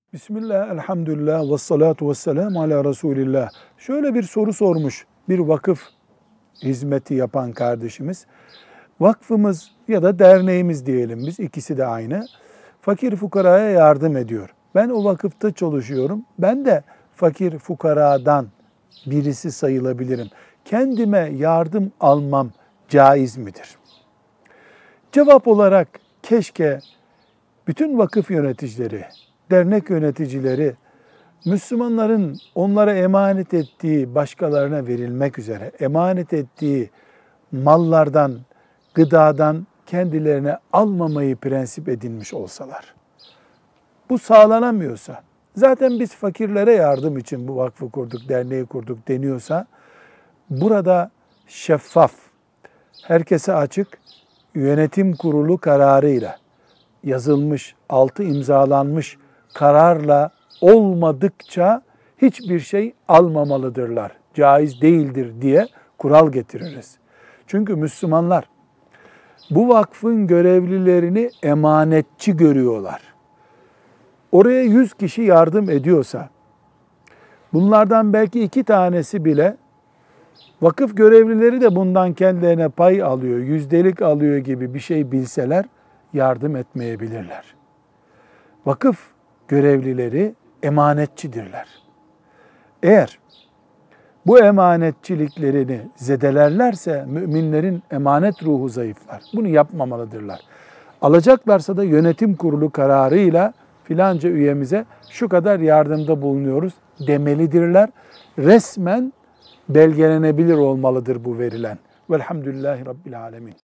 Bismillah, elhamdülillah, ve salatu ve selamu ala Resulillah. Şöyle bir soru sormuş bir vakıf hizmeti yapan kardeşimiz. Vakfımız ya da derneğimiz diyelim biz, ikisi de aynı. Fakir fukaraya yardım ediyor. Ben o vakıfta çalışıyorum. Ben de fakir fukaradan birisi sayılabilirim. Kendime yardım almam caiz midir? Cevap olarak keşke bütün vakıf yöneticileri, dernek yöneticileri, Müslümanların onlara emanet ettiği, başkalarına verilmek üzere emanet ettiği mallardan, gıdadan kendilerine almamayı prensip edinmiş olsalar. Bu sağlanamıyorsa, zaten biz fakirlere yardım için bu vakfı kurduk, derneği kurduk deniyorsa, burada şeffaf, herkese açık, yönetim kurulu kararıyla yazılmış, altı imzalanmış kararla olmadıkça hiçbir şey almamalıdırlar. Caiz değildir diye kural getiririz. Çünkü Müslümanlar bu vakfın görevlilerini emanetçi görüyorlar. Oraya 100 kişi yardım ediyorsa, bunlardan belki 2 tanesi bile vakıf görevlileri de bundan kendilerine pay alıyor, yüzdelik alıyor gibi bir şey bilseler yardım etmeyebilirler. Vakıf görevlileri emanetçidirler. Eğer bu emanetçiliklerini zedelerlerse müminlerin emanet ruhu zayıflar. Bunu yapmamalıdırlar. Alacaklarsa da yönetim kurulu kararıyla filanca üyemize şu kadar yardımda bulunuyoruz demelidirler. Resmen belgelenebilir olmalıdır bu verilen. Velhamdülillahi Rabbil Alemin.